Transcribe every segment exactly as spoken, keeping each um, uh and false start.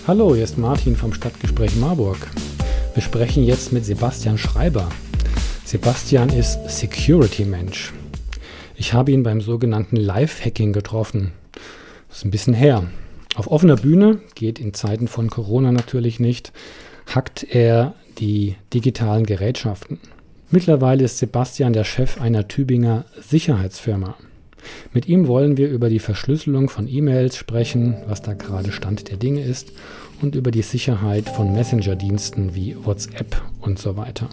Hallo, hier ist Martin vom Stadtgespräch Marburg. Wir sprechen jetzt mit Sebastian Schreiber. Sebastian ist Security-Mensch. Ich habe ihn beim sogenannten Live-Hacking getroffen. Das ist ein bisschen her. Auf offener Bühne, geht in Zeiten von Corona natürlich nicht, hackt er die digitalen Gerätschaften. Mittlerweile ist Sebastian der Chef einer Tübinger Sicherheitsfirma. Mit ihm wollen wir über die Verschlüsselung von E-Mails sprechen, was da gerade Stand der Dinge ist, und über die Sicherheit von Messenger-Diensten wie WhatsApp und so weiter.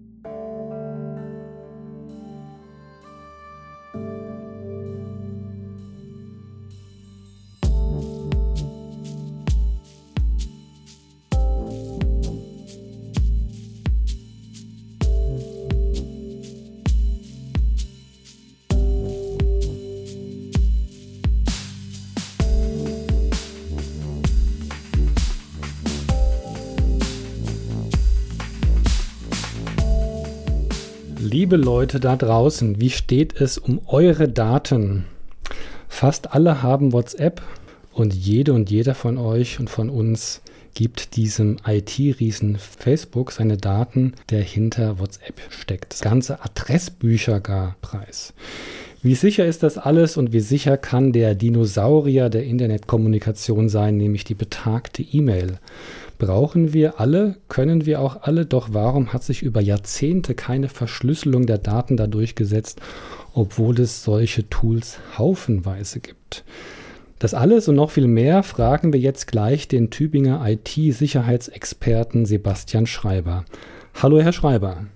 Liebe Leute da draußen, wie steht es um eure Daten? Fast alle haben WhatsApp und jede und jeder von euch und von uns gibt diesem I T-Riesen Facebook seine Daten, der hinter WhatsApp steckt. Das ganze Adressbücher gar preis. Wie sicher ist das alles und wie sicher kann der Dinosaurier der Internetkommunikation sein, nämlich die betagte E-Mail? Brauchen wir alle, können wir auch alle, doch warum hat sich über Jahrzehnte keine Verschlüsselung der Daten da durchgesetzt, obwohl es solche Tools haufenweise gibt? Das alles und noch viel mehr fragen wir jetzt gleich den Tübinger I T-Sicherheitsexperten Sebastian Schreiber. Hallo Herr Schreiber.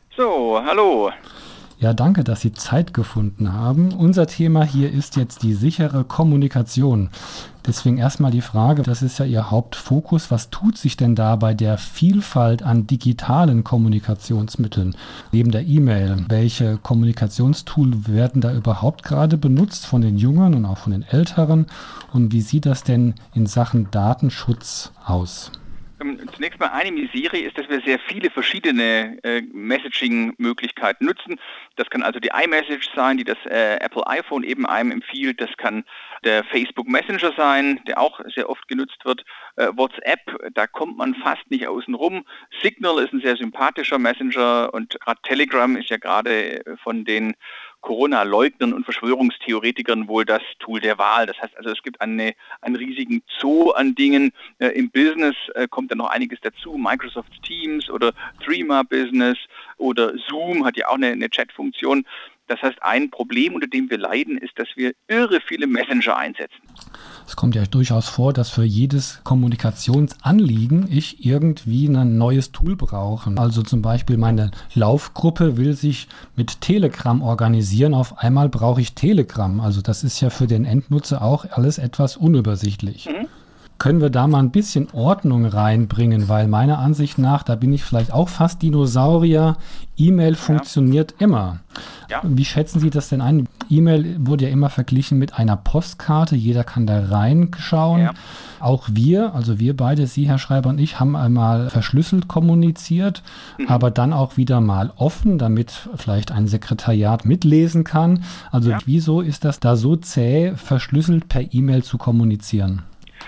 So, hallo. Ja, danke, dass Sie Zeit gefunden haben. Unser Thema hier ist jetzt die sichere Kommunikation. Deswegen erstmal die Frage, das ist ja Ihr Hauptfokus. Was tut sich denn da bei der Vielfalt an digitalen Kommunikationsmitteln neben der E-Mail? Welche Kommunikationstool werden da überhaupt gerade benutzt von den Jungen und auch von den Älteren? Und wie sieht das denn in Sachen Datenschutz aus? Zunächst mal eine Miserie ist, dass wir sehr viele verschiedene äh, Messaging-Möglichkeiten nutzen. Das kann also die iMessage sein, die das äh, Apple iPhone eben einem empfiehlt. Das kann der Facebook Messenger sein, der auch sehr oft genutzt wird. Äh, WhatsApp, da kommt man fast nicht außen rum. Signal ist ein sehr sympathischer Messenger und gerade Telegram ist ja gerade von den Corona-Leugnern und Verschwörungstheoretikern wohl das Tool der Wahl. Das heißt also, es gibt eine, einen riesigen Zoo an Dingen. Äh, Im Business äh, kommt dann noch einiges dazu. Microsoft Teams oder Threema Business oder Zoom hat ja auch eine, eine Chat-Funktion. Das heißt, ein Problem, unter dem wir leiden, ist, dass wir irre viele Messenger einsetzen. Es kommt ja durchaus vor, dass für jedes Kommunikationsanliegen ich irgendwie ein neues Tool brauche. Also zum Beispiel meine Laufgruppe will sich mit Telegram organisieren. Auf einmal brauche ich Telegram. Also das ist ja für den Endnutzer auch alles etwas unübersichtlich. Mhm. Können wir da mal ein bisschen Ordnung reinbringen, weil meiner Ansicht nach, da bin ich vielleicht auch fast Dinosaurier, E-Mail funktioniert ja. immer. Ja. Wie schätzen Sie das denn ein? E-Mail wurde ja immer verglichen mit einer Postkarte, jeder kann da reinschauen. Ja. Auch wir, also wir beide, Sie, Herr Schreiber und ich, haben einmal verschlüsselt kommuniziert, mhm. aber dann auch wieder mal offen, damit vielleicht ein Sekretariat mitlesen kann. Also ja. wieso ist das da so zäh, verschlüsselt per E-Mail zu kommunizieren?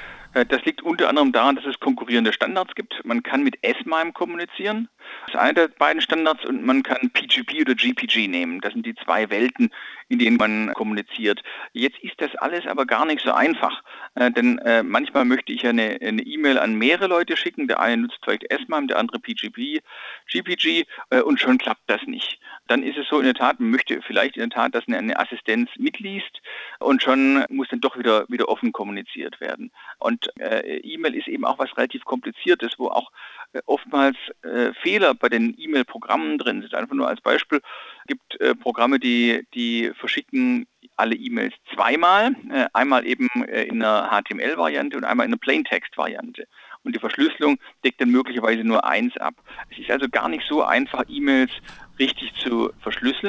Das liegt unter anderem daran, dass es konkurrierende Standards gibt. Man kann mit S M I M E kommunizieren, das ist einer der beiden Standards, und man kann P G P oder G P G nehmen. Das sind die zwei Welten, in denen man kommuniziert. Jetzt ist das alles aber gar nicht so einfach, äh, denn äh, manchmal möchte ich eine eine E-Mail an mehrere Leute schicken. Der eine nutzt vielleicht S M I M E, der andere P G P, G P G äh, und schon klappt das nicht. Dann ist es so in der Tat, man möchte vielleicht in der Tat, dass eine, eine Assistenz mitliest und schon muss dann doch wieder, wieder offen kommuniziert werden. Und äh, E-Mail ist eben auch was relativ Kompliziertes, wo auch äh, oftmals äh, Fehler bei den E-Mail-Programmen drin sind. Einfach nur als Beispiel, es gibt äh, Programme, die, die verschicken alle E-Mails zweimal, äh, einmal eben äh, in einer H T M L-Variante und einmal in einer Plaintext-Variante. Und die Verschlüsselung deckt dann möglicherweise nur eins ab. Es ist also gar nicht so einfach, E-Mails richtig zu verschlüsseln.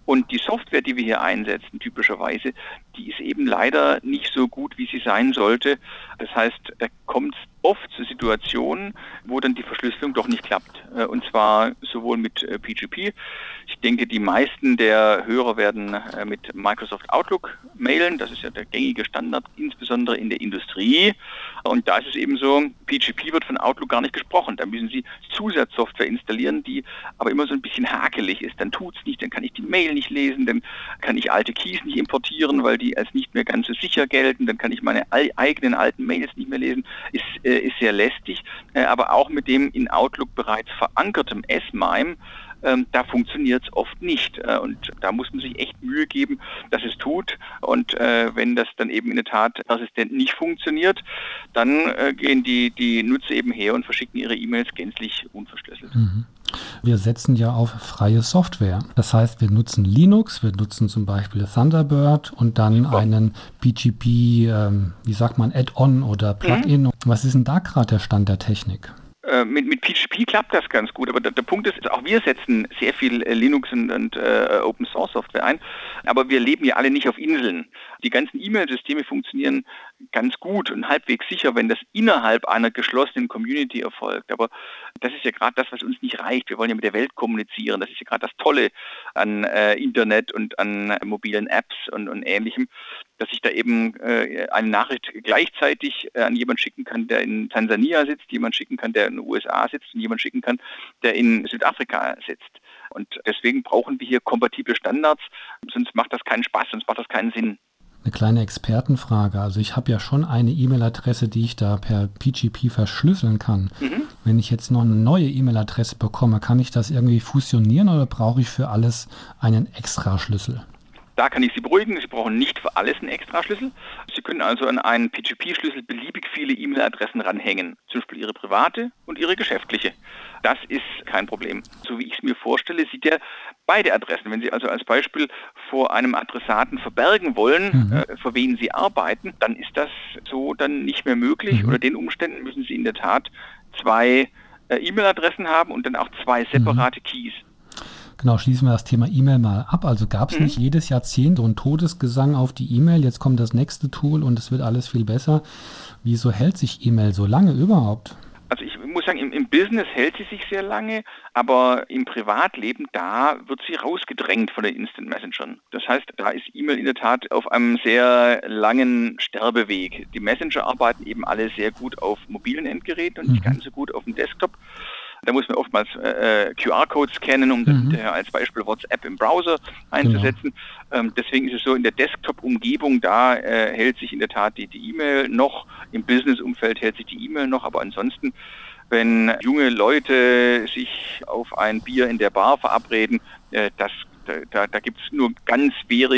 Und die Software, die wir hier einsetzen, typischerweise, die ist eben leider nicht so gut, wie sie sein sollte. Das heißt, da kommt es oft zu Situationen, wo dann die Verschlüsselung doch nicht klappt. Und zwar sowohl mit P G P. Ich denke, die meisten der Hörer werden mit Microsoft Outlook mailen. Das ist ja der gängige Standard, insbesondere in der Industrie. Und da ist es eben so, P G P wird von Outlook gar nicht gesprochen. Da müssen Sie Zusatzsoftware installieren, die aber immer so ein bisschen hakelig ist. Dann tut es nicht, dann kann ich die Mail nicht lesen, dann kann ich alte Keys nicht importieren, weil die als nicht mehr ganz so sicher gelten. Dann kann ich meine eigenen alten Mails nicht mehr lesen. Ist äh, ist sehr lästig, äh, aber auch mit dem in Outlook bereits verankertem S-MIME, ähm, da funktioniert es oft nicht. Äh, und da muss man sich echt Mühe geben, dass es tut. Und äh, wenn das dann eben in der Tat persistent nicht funktioniert, dann äh, gehen die, die Nutzer eben her und verschicken ihre E-Mails gänzlich unverschlüsselt. Mhm. Wir setzen ja auf freie Software. Das heißt, wir nutzen Linux, wir nutzen zum Beispiel Thunderbird und dann Super. einen P G P, ähm, wie sagt man, Add-on oder Plugin. Mhm. Was ist denn da gerade der Stand der Technik? Äh, mit, mit P G P klappt das ganz gut, aber der, der Punkt ist, auch wir setzen sehr viel äh, Linux und, und äh, Open Source Software ein, aber wir leben ja alle nicht auf Inseln. Die ganzen E-Mail-Systeme funktionieren ganz gut und halbwegs sicher, wenn das innerhalb einer geschlossenen Community erfolgt. Aber das ist ja gerade das, was uns nicht reicht. Wir wollen ja mit der Welt kommunizieren. Das ist ja gerade das Tolle an äh, Internet und an äh, mobilen Apps und, und Ähnlichem, dass ich da eben äh, eine Nachricht gleichzeitig äh, an jemanden schicken kann, der in Tansania sitzt, jemand schicken kann, der in den U S A sitzt und jemand schicken kann, der in Südafrika sitzt. Und deswegen brauchen wir hier kompatible Standards, sonst macht das keinen Spaß, sonst macht das keinen Sinn. Eine kleine Expertenfrage. Also ich habe ja schon eine E-Mail-Adresse, die ich da per P G P verschlüsseln kann. Mhm. Wenn ich jetzt noch eine neue E-Mail-Adresse bekomme, kann ich das irgendwie fusionieren oder brauche ich für alles einen Extraschlüssel? Da kann ich Sie beruhigen, Sie brauchen nicht für alles einen Extraschlüssel. Sie können also an einen P G P-Schlüssel beliebig viele E-Mail-Adressen ranhängen, zum Beispiel Ihre private und Ihre geschäftliche. Das ist kein Problem. So wie ich es mir vorstelle, sieht er beide Adressen. Wenn Sie also als Beispiel vor einem Adressaten verbergen wollen, mhm. äh, für wen Sie arbeiten, dann ist das so dann nicht mehr möglich. Mhm. Unter den Umständen müssen Sie in der Tat zwei äh, E-Mail-Adressen haben und dann auch zwei separate mhm. Keys. Genau, schließen wir das Thema E-Mail mal ab. Also gab es mhm. nicht jedes Jahrzehnt so einen Todesgesang auf die E-Mail, jetzt kommt das nächste Tool und es wird alles viel besser. Wieso hält sich E-Mail so lange überhaupt? Also ich muss sagen, im, im Business hält sie sich sehr lange, aber im Privatleben, da wird sie rausgedrängt von den Instant Messengern. Das heißt, da ist E-Mail in der Tat auf einem sehr langen Sterbeweg. Die Messenger arbeiten eben alle sehr gut auf mobilen Endgeräten und mhm. nicht ganz so gut auf dem Desktop. Da muss man oftmals äh, Q R-Codes scannen, um mhm. das, äh, als Beispiel WhatsApp im Browser einzusetzen. Genau. Ähm, deswegen ist es so, in der Desktop-Umgebung, da äh, hält sich in der Tat die, die E-Mail noch, im Business-Umfeld hält sich die E-Mail noch, aber ansonsten, wenn junge Leute sich auf ein Bier in der Bar verabreden, äh, das, da, da gibt es nur ganz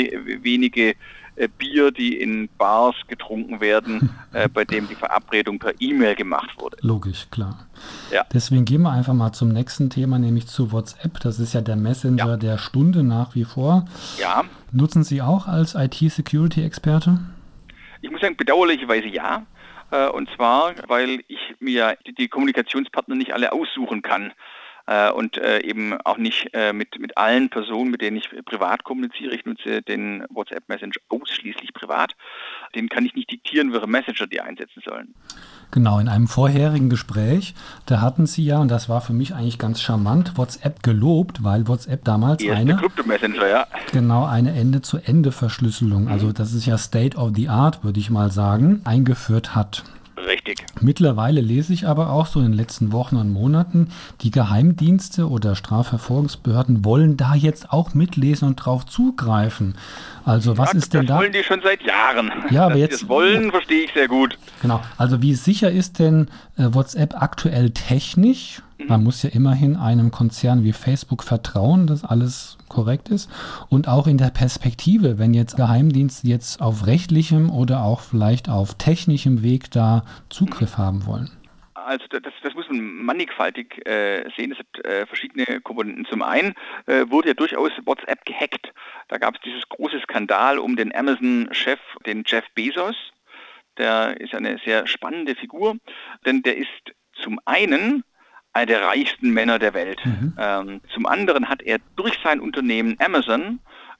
wenige Bier, die in Bars getrunken werden, äh, bei dem die Verabredung per E-Mail gemacht wurde. Logisch, klar. Ja. Deswegen gehen wir einfach mal zum nächsten Thema, nämlich zu WhatsApp. Das ist ja der Messenger ja. der Stunde nach wie vor. Ja. Nutzen Sie auch als I T-Security-Experte? Ich muss sagen, bedauerlicherweise ja. Äh, und zwar, weil ich mir die, die Kommunikationspartner nicht alle aussuchen kann. Und äh, eben auch nicht äh, mit, mit allen Personen, mit denen ich privat kommuniziere. Ich nutze den WhatsApp Messenger ausschließlich privat. Den kann ich nicht diktieren, welche Messenger die einsetzen sollen. Genau, in einem vorherigen Gespräch, da hatten Sie ja, und das war für mich eigentlich ganz charmant, WhatsApp gelobt, weil WhatsApp damals Erste eine Krypto-Messenger, ja. Genau, eine Ende-zu-Ende-Verschlüsselung, mhm. also das ist ja State of the Art, würde ich mal sagen, eingeführt hat. Richtig. Mittlerweile lese ich aber auch so in den letzten Wochen und Monaten, die Geheimdienste oder Strafverfolgungsbehörden wollen da jetzt auch mitlesen und drauf zugreifen. Also was ja, ist denn da? Das wollen die schon seit Jahren. Ja, aber Dass jetzt, sie das wollen, verstehe ich sehr gut. Genau. Also wie sicher ist denn äh, WhatsApp aktuell technisch? Man muss ja immerhin einem Konzern wie Facebook vertrauen, dass alles korrekt ist. Und auch in der Perspektive, wenn jetzt Geheimdienste jetzt auf rechtlichem oder auch vielleicht auf technischem Weg da Zugriff haben wollen. Also das, das muss man mannigfaltig äh, sehen. Es hat äh, verschiedene Komponenten. Zum einen äh, wurde ja durchaus WhatsApp gehackt. Da gab es dieses große Skandal um den Amazon-Chef, den Jeff Bezos. Der ist eine sehr spannende Figur, denn der ist zum einen einer der reichsten Männer der Welt. Mhm. Ähm, zum anderen hat er durch sein Unternehmen Amazon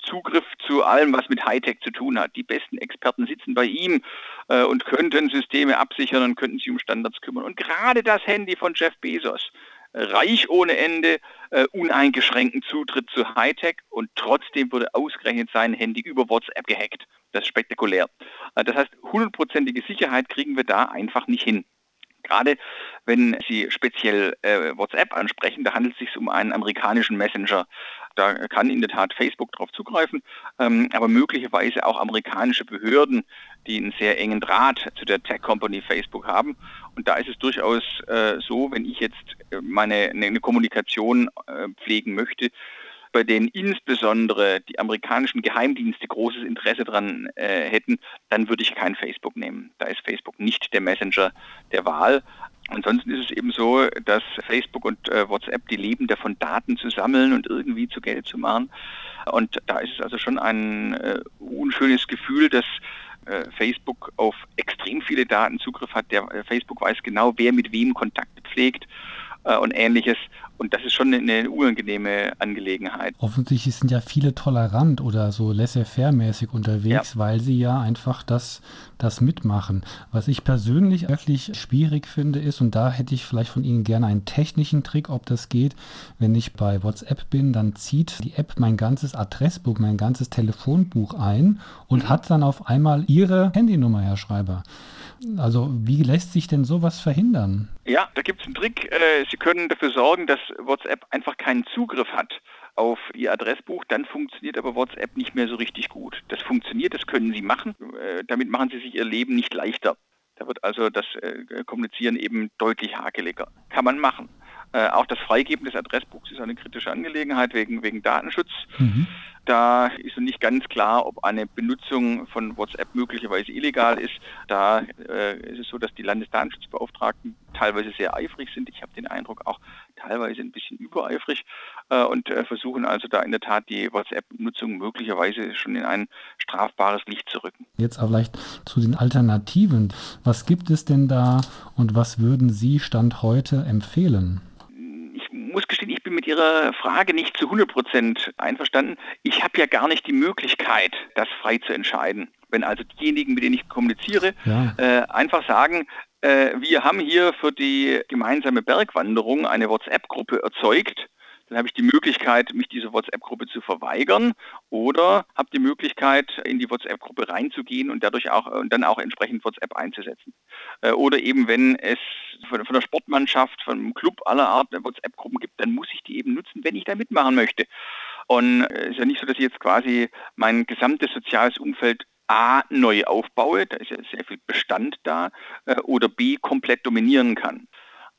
Zugriff zu allem, was mit Hightech zu tun hat. Die besten Experten sitzen bei ihm äh, und könnten Systeme absichern und könnten sich um Standards kümmern. Und gerade das Handy von Jeff Bezos, reich ohne Ende, äh, uneingeschränkten Zutritt zu Hightech und trotzdem wurde ausgerechnet sein Handy über WhatsApp gehackt. Das ist spektakulär. Äh, das heißt, hundertprozentige Sicherheit kriegen wir da einfach nicht hin. Gerade wenn Sie speziell äh, WhatsApp ansprechen, da handelt es sich um einen amerikanischen Messenger. Da kann in der Tat Facebook darauf zugreifen, ähm, aber möglicherweise auch amerikanische Behörden, die einen sehr engen Draht zu der Tech-Company Facebook haben. Und da ist es durchaus äh, so, wenn ich jetzt meine eine Kommunikation äh, pflegen möchte, bei denen insbesondere die amerikanischen Geheimdienste großes Interesse daran äh, hätten, dann würde ich kein Facebook nehmen. Da ist Facebook nicht der Messenger der Wahl. Ansonsten ist es eben so, dass Facebook und äh, WhatsApp, die leben davon, Daten zu sammeln und irgendwie zu Geld zu machen. Und da ist es also schon ein äh, unschönes Gefühl, dass äh, Facebook auf extrem viele Daten Zugriff hat. Der, äh, Facebook weiß genau, wer mit wem Kontakte pflegt äh, und Ähnliches. Und das ist schon eine unangenehme Angelegenheit. Offensichtlich sind ja viele tolerant oder so laissez-faire-mäßig unterwegs, ja, weil sie ja einfach das, das mitmachen. Was ich persönlich wirklich schwierig finde ist, und da hätte ich vielleicht von Ihnen gerne einen technischen Trick, ob das geht, wenn ich bei WhatsApp bin, dann zieht die App mein ganzes Adressbuch, mein ganzes Telefonbuch ein und mhm. hat dann auf einmal Ihre Handynummer, Herr Schreiber. Also wie lässt sich denn sowas verhindern? Ja, da gibt es einen Trick. Sie können dafür sorgen, dass WhatsApp einfach keinen Zugriff hat auf Ihr Adressbuch, dann funktioniert aber WhatsApp nicht mehr so richtig gut. Das funktioniert, das können Sie machen. Damit machen Sie sich Ihr Leben nicht leichter. Da wird also das Kommunizieren eben deutlich hakeliger. Kann man machen. Auch das Freigeben des Adressbuchs ist eine kritische Angelegenheit wegen, wegen Datenschutz. Mhm. Da ist noch nicht ganz klar, ob eine Benutzung von WhatsApp möglicherweise illegal ist. Da äh, ist es so, dass die Landesdatenschutzbeauftragten teilweise sehr eifrig sind. Ich habe den Eindruck, auch teilweise ein bisschen übereifrig äh, und äh, versuchen also da in der Tat die WhatsApp-Nutzung möglicherweise schon in ein strafbares Licht zu rücken. Jetzt aber vielleicht zu den Alternativen. Was gibt es denn da und was würden Sie Stand heute empfehlen? Ich muss gestehen, ich bin mit Ihrer Frage nicht zu hundert Prozent einverstanden. Ich habe ja gar nicht die Möglichkeit, das frei zu entscheiden. Wenn also diejenigen, mit denen ich kommuniziere, ja. äh, einfach sagen, äh, wir haben hier für die gemeinsame Bergwanderung eine WhatsApp-Gruppe erzeugt, dann habe ich die Möglichkeit, mich dieser WhatsApp-Gruppe zu verweigern oder habe die Möglichkeit, in die WhatsApp-Gruppe reinzugehen und dadurch auch und dann auch entsprechend WhatsApp einzusetzen. Oder eben, wenn es von, von der Sportmannschaft, von einem Club aller Art WhatsApp-Gruppen gibt, dann muss ich die eben nutzen, wenn ich da mitmachen möchte. Und es ist ja nicht so, dass ich jetzt quasi mein gesamtes soziales Umfeld A neu aufbaue, da ist ja sehr viel Bestand da, oder B komplett dominieren kann.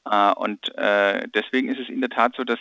Und deswegen ist es in der Tat so, dass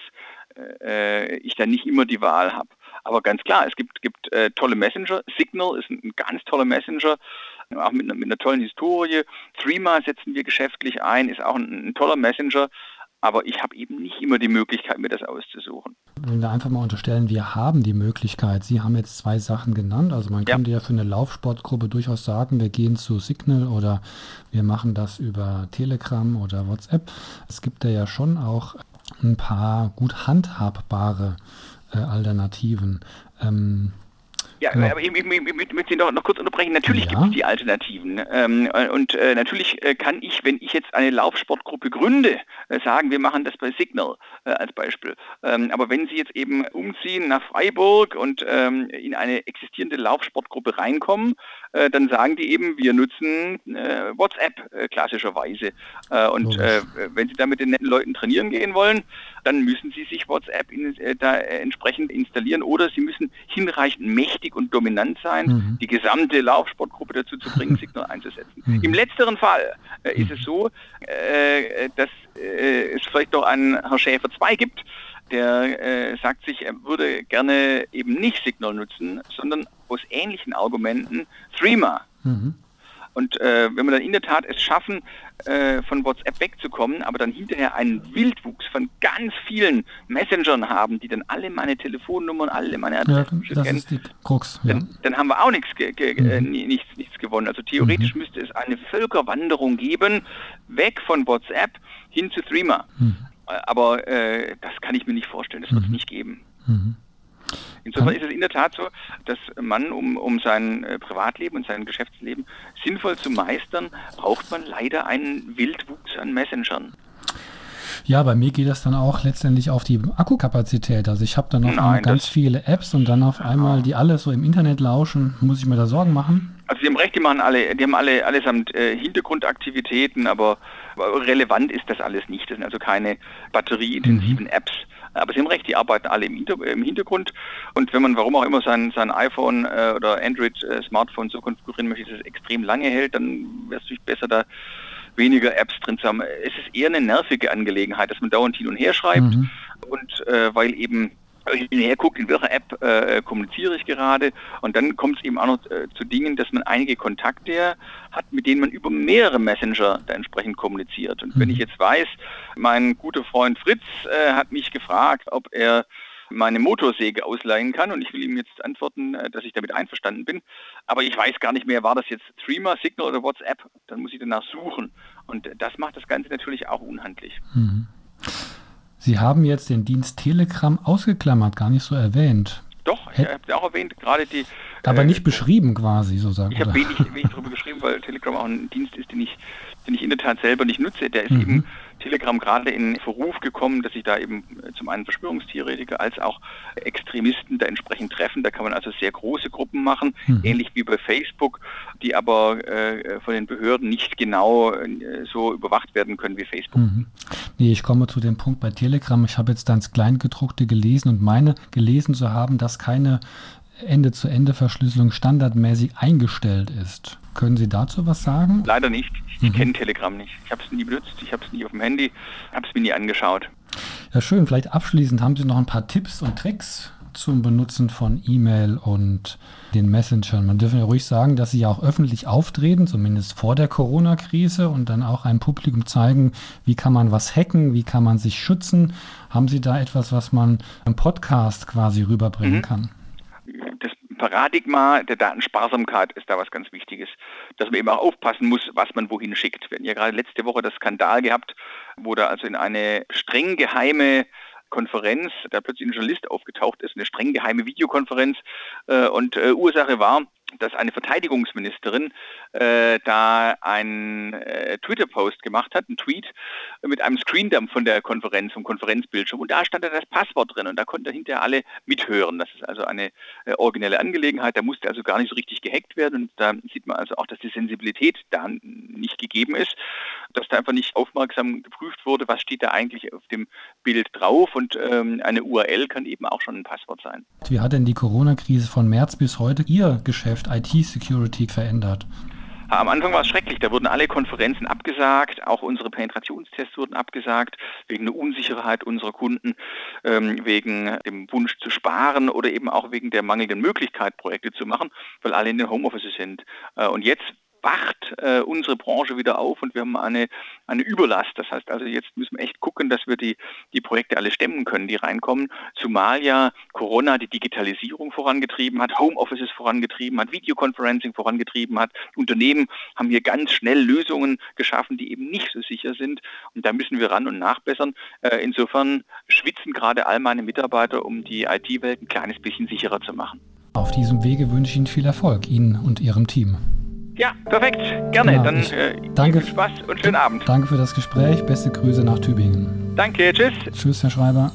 ich da nicht immer die Wahl habe. Aber ganz klar, es gibt, gibt äh, tolle Messenger. Signal ist ein, ein ganz toller Messenger, auch mit, mit einer tollen Historie. Threema setzen wir geschäftlich ein, ist auch ein, ein toller Messenger. Aber ich habe eben nicht immer die Möglichkeit, mir das auszusuchen. Wenn wir einfach mal unterstellen, wir haben die Möglichkeit. Sie haben jetzt zwei Sachen genannt. Also man ja. könnte ja für eine Laufsportgruppe durchaus sagen, wir gehen zu Signal oder wir machen das über Telegram oder WhatsApp. Es gibt da ja schon auch ein paar gut handhabbare äh, Alternativen. Ähm, Ja, genau. Aber ich, ich, ich, ich möchte Sie noch, noch kurz unterbrechen. Natürlich ja. gibt es die Alternativen. Ähm, und äh, natürlich äh, kann ich, wenn ich jetzt eine Laufsportgruppe gründe, äh, sagen, wir machen das bei Signal äh, als Beispiel. Ähm, aber wenn Sie jetzt eben umziehen nach Freiburg und ähm, in eine existierende Laufsportgruppe reinkommen, äh, dann sagen die eben, wir nutzen äh, WhatsApp äh, klassischerweise. Äh, und äh, wenn Sie da mit den netten Leuten trainieren gehen wollen, dann müssen Sie sich WhatsApp in, äh, da äh, entsprechend installieren oder Sie müssen hinreichend mächtig und dominant sein, mhm. die gesamte Laufsportgruppe dazu zu bringen, Signal einzusetzen. Mhm. Im letzteren Fall äh, ist es so, äh, dass äh, es vielleicht noch einen Herr Schäfer zwei gibt, der äh, sagt sich, er würde gerne eben nicht Signal nutzen, sondern aus ähnlichen Argumenten Threema. Mhm. Und äh, wenn wir dann in der Tat es schaffen, äh, von WhatsApp wegzukommen, aber dann hinterher einen Wildwuchs von ganz vielen Messengern haben, die dann alle meine Telefonnummern, alle meine Adressen ja, das kennen, ist die Krux, ja. dann, dann haben wir auch nichts, ge- ge- mhm. äh, nichts, nichts gewonnen. Also theoretisch mhm. müsste es eine Völkerwanderung geben, weg von WhatsApp hin zu Threema. Mhm. Aber äh, das kann ich mir nicht vorstellen, das wird es mhm. nicht geben. Mhm. Insofern ist es in der Tat so, dass man, um, um sein äh, Privatleben und sein Geschäftsleben sinnvoll zu meistern, braucht man leider einen Wildwuchs an Messengern. Ja, bei mir geht das dann auch letztendlich auf die Akkukapazität. Also ich habe dann auf Nein, einmal ganz viele Apps und dann auf einmal, die alle so im Internet lauschen. Muss ich mir da Sorgen machen? Also Sie haben recht, die machen alle, die haben alle allesamt äh, Hintergrundaktivitäten, aber, aber relevant ist das alles nicht. Das sind also keine batterieintensiven mhm. Apps. Aber Sie haben recht, die arbeiten alle im, Hinter- im Hintergrund. Und wenn man, warum auch immer, sein, sein iPhone äh, oder Android-Smartphone äh, so konfigurieren möchte, dass es extrem lange hält, dann wäre es natürlich besser, da weniger Apps drin zu haben. Es ist eher eine nervige Angelegenheit, dass man dauernd hin und her schreibt mhm. und äh, weil eben hin und her guckt, in welcher App äh, kommuniziere ich gerade, und dann kommt es eben auch noch äh, zu Dingen, dass man einige Kontakte hat, mit denen man über mehrere Messenger da entsprechend kommuniziert. Und mhm. wenn ich jetzt weiß, mein guter Freund Fritz äh, hat mich gefragt, ob er meine Motorsäge ausleihen kann, und ich will ihm jetzt antworten, dass ich damit einverstanden bin, aber ich weiß gar nicht mehr, war das jetzt Threema, Signal oder WhatsApp, dann muss ich danach suchen, und das macht das Ganze natürlich auch unhandlich. Mhm. Sie haben jetzt den Dienst Telegram ausgeklammert, gar nicht so erwähnt. Doch, ich habe auch erwähnt, gerade die... Aber äh, nicht beschrieben quasi, so sagen. Ich habe wenig, wenig darüber geschrieben, weil Telegram auch ein Dienst ist, den ich, den ich in der Tat selber nicht nutze. Der ist mhm. eben Telegram gerade in Verruf gekommen, dass sich da eben zum einen Verschwörungstheoretiker als auch Extremisten da entsprechend treffen. Da kann man also sehr große Gruppen machen, mhm. ähnlich wie bei Facebook, die aber äh, von den Behörden nicht genau äh, so überwacht werden können wie Facebook. Mhm. Nee, ich komme zu dem Punkt bei Telegram. Ich habe jetzt da ins Kleingedruckte gelesen und meine gelesen zu haben, dass keine Ende-zu-Ende-Verschlüsselung standardmäßig eingestellt ist. Können Sie dazu was sagen? Leider nicht. Ich mhm. kenne Telegram nicht. Ich habe es nie benutzt, ich habe es nie auf dem Handy, habe es mir nie angeschaut. Ja, schön. Vielleicht abschließend haben Sie noch ein paar Tipps und Tricks zum Benutzen von E-Mail und den Messengern. Man dürfen ja ruhig sagen, dass Sie ja auch öffentlich auftreten, zumindest vor der Corona-Krise, und dann auch einem Publikum zeigen, wie kann man was hacken, wie kann man sich schützen. Haben Sie da etwas, was man im Podcast quasi rüberbringen mhm. kann? Das Paradigma der Datensparsamkeit ist da was ganz Wichtiges, dass man eben auch aufpassen muss, was man wohin schickt. Wir hatten ja gerade letzte Woche das Skandal gehabt, wo da also in eine streng geheime Konferenz, da plötzlich ein Journalist aufgetaucht ist, eine streng geheime Videokonferenz, äh, und äh, Ursache war, dass eine Verteidigungsministerin äh, da einen äh, Twitter-Post gemacht hat, einen Tweet mit einem Screendump von der Konferenz, vom Konferenzbildschirm, und da stand dann das Passwort drin, und da konnten hinterher alle mithören. Das ist also eine äh, originelle Angelegenheit, da musste also gar nicht so richtig gehackt werden, und da sieht man also auch, dass die Sensibilität da nicht gegeben ist, dass da einfach nicht aufmerksam geprüft wurde, was steht da eigentlich auf dem Bild drauf, und ähm, eine U R L kann eben auch schon ein Passwort sein. Wie hat denn die Corona-Krise von März bis heute Ihr Geschäft I T-Security verändert? Am Anfang war es schrecklich, da wurden alle Konferenzen abgesagt, auch unsere Penetrationstests wurden abgesagt, wegen der Unsicherheit unserer Kunden, ähm, wegen dem Wunsch zu sparen oder eben auch wegen der mangelnden Möglichkeit, Projekte zu machen, weil alle in den Homeoffices sind. Äh, und jetzt wacht äh, unsere Branche wieder auf, und wir haben eine, eine Überlast. Das heißt also, jetzt müssen wir echt gucken, dass wir die, die Projekte alle stemmen können, die reinkommen. Zumal ja Corona die Digitalisierung vorangetrieben hat, Homeoffices vorangetrieben hat, Videoconferencing vorangetrieben hat. Unternehmen haben hier ganz schnell Lösungen geschaffen, die eben nicht so sicher sind. Und da müssen wir ran und nachbessern. Äh, insofern schwitzen gerade all meine Mitarbeiter, um die I T-Welt ein kleines bisschen sicherer zu machen. Auf diesem Wege wünsche ich Ihnen viel Erfolg, Ihnen und Ihrem Team. Ja, perfekt. Gerne. Genau, Dann äh, danke, viel Spaß und schönen Abend. Danke für das Gespräch. Beste Grüße nach Tübingen. Danke. Tschüss. Tschüss, Herr Schreiber.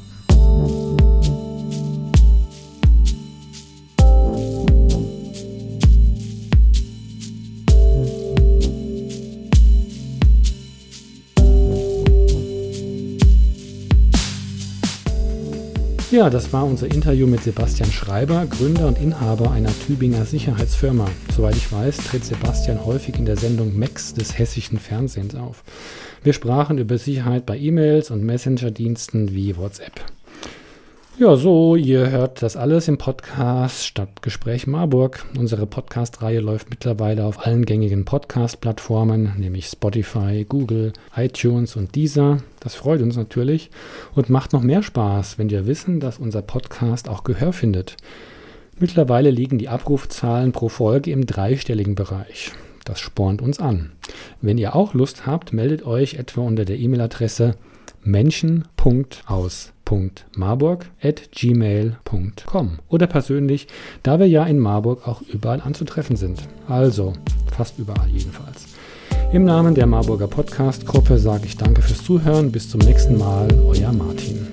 Ja, das war unser Interview mit Sebastian Schreiber, Gründer und Inhaber einer Tübinger Sicherheitsfirma. Soweit ich weiß, tritt Sebastian häufig in der Sendung Max des hessischen Fernsehens auf. Wir sprachen über Sicherheit bei E-Mails und Messenger-Diensten wie WhatsApp. Ja, so, ihr hört das alles im Podcast Stadtgespräch Marburg. Unsere Podcast-Reihe läuft mittlerweile auf allen gängigen Podcast-Plattformen, nämlich Spotify, Google, iTunes und Deezer. Das freut uns natürlich und macht noch mehr Spaß, wenn wir wissen, dass unser Podcast auch Gehör findet. Mittlerweile liegen die Abrufzahlen pro Folge im dreistelligen Bereich. Das spornt uns an. Wenn ihr auch Lust habt, meldet euch etwa unter der E-Mail-Adresse menschen punkt aus punkt marburg at gmail punkt com oder persönlich, da wir ja in Marburg auch überall anzutreffen sind. Also fast überall jedenfalls. Im Namen der Marburger Podcast-Gruppe sage ich danke fürs Zuhören. Bis zum nächsten Mal, euer Martin.